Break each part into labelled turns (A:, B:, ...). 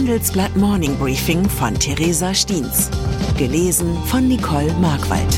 A: Handelsblatt Morning Briefing von Theresa Stiens. Gelesen von Nicole Markwald.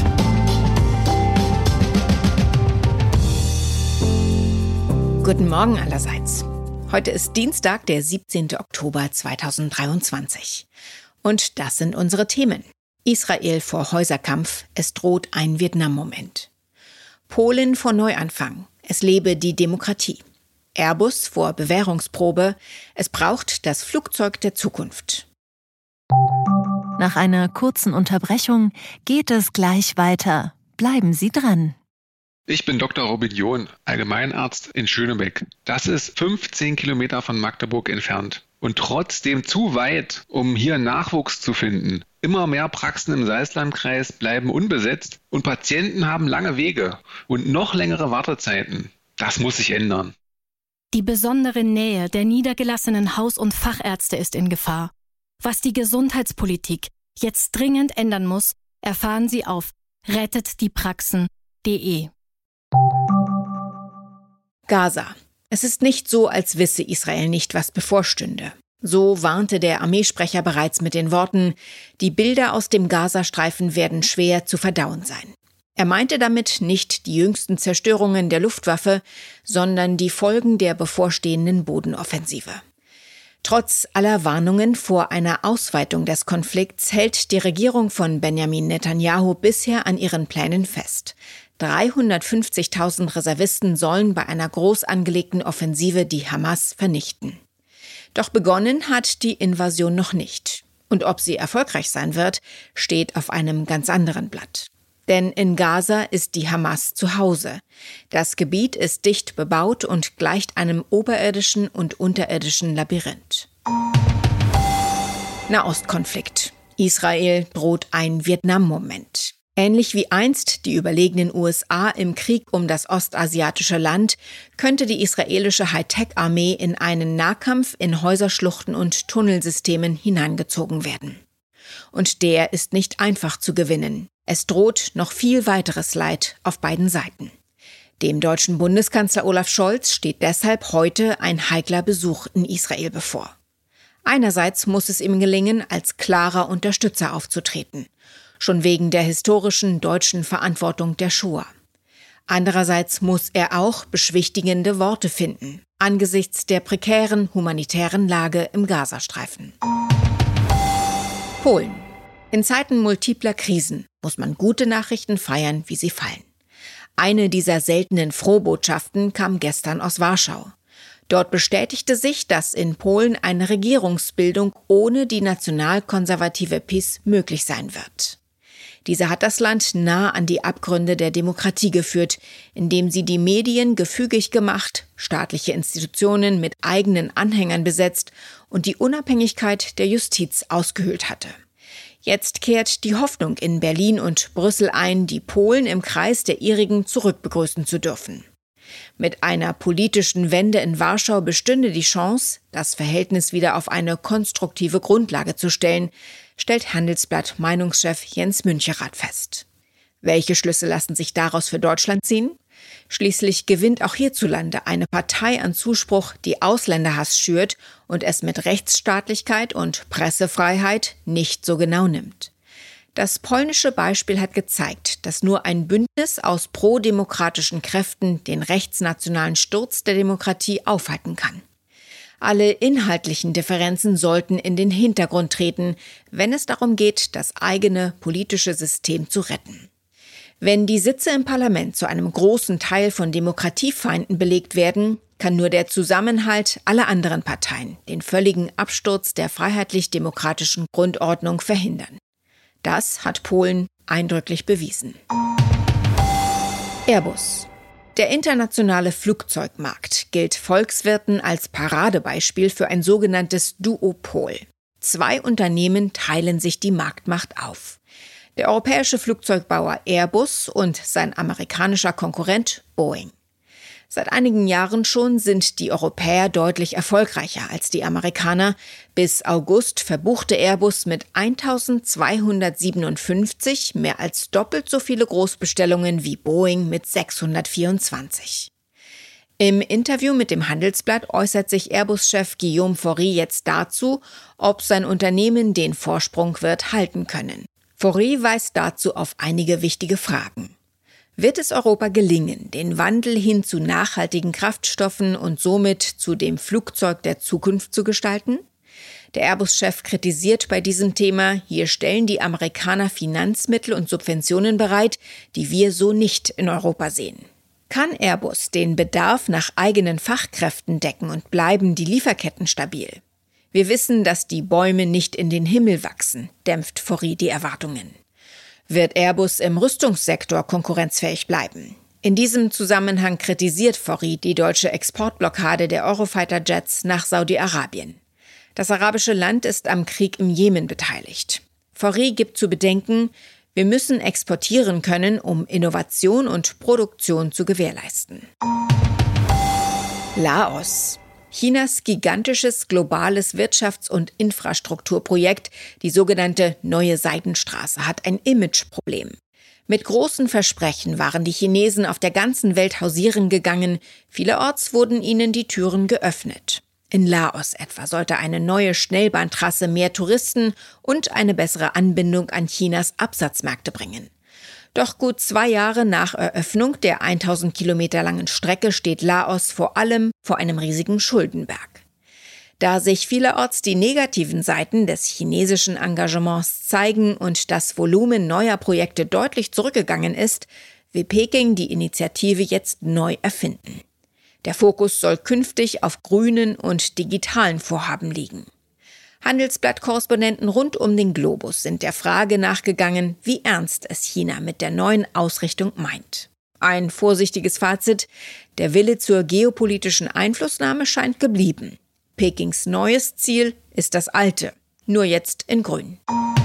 B: Guten Morgen allerseits. Heute ist Dienstag, der 17. Oktober 2023. Und das sind unsere Themen. Israel vor Häuserkampf, es droht ein Vietnam-Moment. Polen vor Neuanfang, es lebe die Demokratie. Airbus vor Bewährungsprobe, es braucht das Flugzeug der Zukunft.
C: Nach einer kurzen Unterbrechung geht es gleich weiter. Bleiben Sie dran.
D: Ich bin Dr. Robin John, Allgemeinarzt in Schönebeck. Das ist 15 Kilometer von Magdeburg entfernt. Und trotzdem zu weit, um hier Nachwuchs zu finden. Immer mehr Praxen im Salzlandkreis bleiben unbesetzt und Patienten haben lange Wege und noch längere Wartezeiten. Das muss sich ändern.
E: Die besondere Nähe der niedergelassenen Haus- und Fachärzte ist in Gefahr. Was die Gesundheitspolitik jetzt dringend ändern muss, erfahren Sie auf rettetdiepraxen.de.
B: Gaza. Es ist nicht so, als wisse Israel nicht, was bevorstünde. So warnte der Armeesprecher bereits mit den Worten: Die Bilder aus dem Gazastreifen werden schwer zu verdauen sein. Er meinte damit nicht die jüngsten Zerstörungen der Luftwaffe, sondern die Folgen der bevorstehenden Bodenoffensive. Trotz aller Warnungen vor einer Ausweitung des Konflikts hält die Regierung von Benjamin Netanyahu bisher an ihren Plänen fest. 350.000 Reservisten sollen bei einer groß angelegten Offensive die Hamas vernichten. Doch begonnen hat die Invasion noch nicht. Und ob sie erfolgreich sein wird, steht auf einem ganz anderen Blatt. Denn in Gaza ist die Hamas zu Hause. Das Gebiet ist dicht bebaut und gleicht einem oberirdischen und unterirdischen Labyrinth. Nahostkonflikt. Israel droht ein Vietnam-Moment. Ähnlich wie einst die überlegenen USA im Krieg um das ostasiatische Land, könnte die israelische Hightech-Armee in einen Nahkampf in Häuserschluchten und Tunnelsystemen hineingezogen werden. Und der ist nicht einfach zu gewinnen. Es droht noch viel weiteres Leid auf beiden Seiten. Dem deutschen Bundeskanzler Olaf Scholz steht deshalb heute ein heikler Besuch in Israel bevor. Einerseits muss es ihm gelingen, als klarer Unterstützer aufzutreten. Schon wegen der historischen deutschen Verantwortung der Shoah. Andererseits muss er auch beschwichtigende Worte finden, angesichts der prekären humanitären Lage im Gazastreifen. Polen. In Zeiten multipler Krisen muss man gute Nachrichten feiern, wie sie fallen. Eine dieser seltenen Frohbotschaften kam gestern aus Warschau. Dort bestätigte sich, dass in Polen eine Regierungsbildung ohne die nationalkonservative PiS möglich sein wird. Diese hat das Land nah an die Abgründe der Demokratie geführt, indem sie die Medien gefügig gemacht, staatliche Institutionen mit eigenen Anhängern besetzt und die Unabhängigkeit der Justiz ausgehöhlt hatte. Jetzt kehrt die Hoffnung in Berlin und Brüssel ein, die Polen im Kreis der ihrigen zurückbegrüßen zu dürfen. Mit einer politischen Wende in Warschau bestünde die Chance, das Verhältnis wieder auf eine konstruktive Grundlage zu stellen, stellt Handelsblatt-Meinungschef Jens Müncherath fest. Welche Schlüsse lassen sich daraus für Deutschland ziehen? Schließlich gewinnt auch hierzulande eine Partei an Zuspruch, die Ausländerhass schürt und es mit Rechtsstaatlichkeit und Pressefreiheit nicht so genau nimmt. Das polnische Beispiel hat gezeigt, dass nur ein Bündnis aus prodemokratischen Kräften den rechtsnationalen Sturz der Demokratie aufhalten kann. Alle inhaltlichen Differenzen sollten in den Hintergrund treten, wenn es darum geht, das eigene politische System zu retten. Wenn die Sitze im Parlament zu einem großen Teil von Demokratiefeinden belegt werden, kann nur der Zusammenhalt aller anderen Parteien den völligen Absturz der freiheitlich-demokratischen Grundordnung verhindern. Das hat Polen eindrücklich bewiesen. Airbus. Der internationale Flugzeugmarkt gilt Volkswirten als Paradebeispiel für ein sogenanntes Duopol. 2 Unternehmen teilen sich die Marktmacht auf. Der europäische Flugzeugbauer Airbus und sein amerikanischer Konkurrent Boeing. Seit einigen Jahren schon sind die Europäer deutlich erfolgreicher als die Amerikaner. Bis August verbuchte Airbus mit 1257 mehr als doppelt so viele Großbestellungen wie Boeing mit 624. Im Interview mit dem Handelsblatt äußert sich Airbus-Chef Guillaume Faury jetzt dazu, ob sein Unternehmen den Vorsprung wird halten können. Faury weist dazu auf einige wichtige Fragen. Wird es Europa gelingen, den Wandel hin zu nachhaltigen Kraftstoffen und somit zu dem Flugzeug der Zukunft zu gestalten? Der Airbus-Chef kritisiert bei diesem Thema, hier stellen die Amerikaner Finanzmittel und Subventionen bereit, die wir so nicht in Europa sehen. Kann Airbus den Bedarf nach eigenen Fachkräften decken und bleiben die Lieferketten stabil? Wir wissen, dass die Bäume nicht in den Himmel wachsen, dämpft Faury die Erwartungen. Wird Airbus im Rüstungssektor konkurrenzfähig bleiben? In diesem Zusammenhang kritisiert Faury die deutsche Exportblockade der Eurofighter-Jets nach Saudi-Arabien. Das arabische Land ist am Krieg im Jemen beteiligt. Faury gibt zu bedenken, wir müssen exportieren können, um Innovation und Produktion zu gewährleisten. Laos. Chinas gigantisches globales Wirtschafts- und Infrastrukturprojekt, die sogenannte Neue Seidenstraße, hat ein Imageproblem. Mit großen Versprechen waren die Chinesen auf der ganzen Welt hausieren gegangen, vielerorts wurden ihnen die Türen geöffnet. In Laos etwa sollte eine neue Schnellbahntrasse mehr Touristen und eine bessere Anbindung an Chinas Absatzmärkte bringen. Doch gut 2 Jahre nach Eröffnung der 1000 Kilometer langen Strecke steht Laos vor allem vor einem riesigen Schuldenberg. Da sich vielerorts die negativen Seiten des chinesischen Engagements zeigen und das Volumen neuer Projekte deutlich zurückgegangen ist, will Peking die Initiative jetzt neu erfinden. Der Fokus soll künftig auf grünen und digitalen Vorhaben liegen. Handelsblatt-Korrespondenten rund um den Globus sind der Frage nachgegangen, wie ernst es China mit der neuen Ausrichtung meint. Ein vorsichtiges Fazit: Der Wille zur geopolitischen Einflussnahme scheint geblieben. Pekings neues Ziel ist das alte, nur jetzt in grün.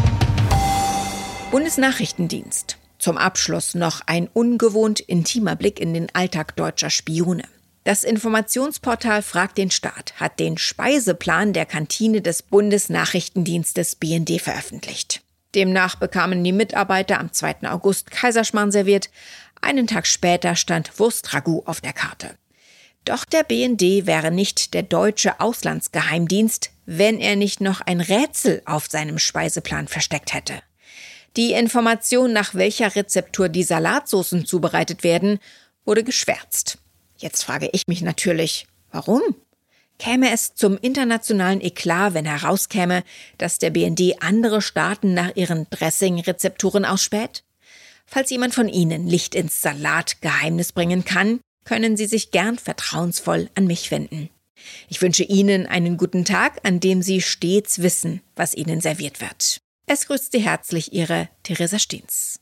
B: Bundesnachrichtendienst. Zum Abschluss noch ein ungewohnt intimer Blick in den Alltag deutscher Spione. Das Informationsportal Frag den Staat hat den Speiseplan der Kantine des Bundesnachrichtendienstes BND veröffentlicht. Demnach bekamen die Mitarbeiter am 2. August Kaiserschmarrn serviert. Einen Tag später stand Wurstragout auf der Karte. Doch der BND wäre nicht der deutsche Auslandsgeheimdienst, wenn er nicht noch ein Rätsel auf seinem Speiseplan versteckt hätte. Die Information, nach welcher Rezeptur die Salatsoßen zubereitet werden, wurde geschwärzt. Jetzt frage ich mich natürlich, warum? Käme es zum internationalen Eklat, wenn herauskäme, dass der BND andere Staaten nach ihren Dressing-Rezepturen ausspäht? Falls jemand von Ihnen Licht ins Salatgeheimnis bringen kann, können Sie sich gern vertrauensvoll an mich wenden. Ich wünsche Ihnen einen guten Tag, an dem Sie stets wissen, was Ihnen serviert wird. Es grüßt Sie herzlich Ihre Theresa Stiens.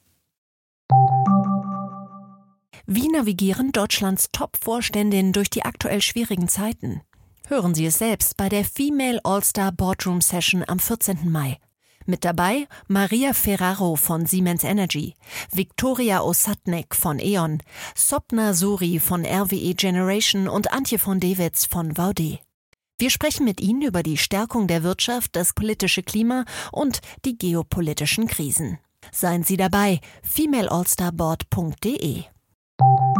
C: Wie navigieren Deutschlands Top-Vorständinnen durch die aktuell schwierigen Zeiten? Hören Sie es selbst bei der Female All-Star Boardroom Session am 14. Mai. Mit dabei Maria Ferraro von Siemens Energy, Viktoria Osatnek von E.ON, Sopna Suri von RWE Generation und Antje von Dewitz von VD. Wir sprechen mit Ihnen über die Stärkung der Wirtschaft, das politische Klima und die geopolitischen Krisen. Seien Sie dabei, femaleallstarboard.de.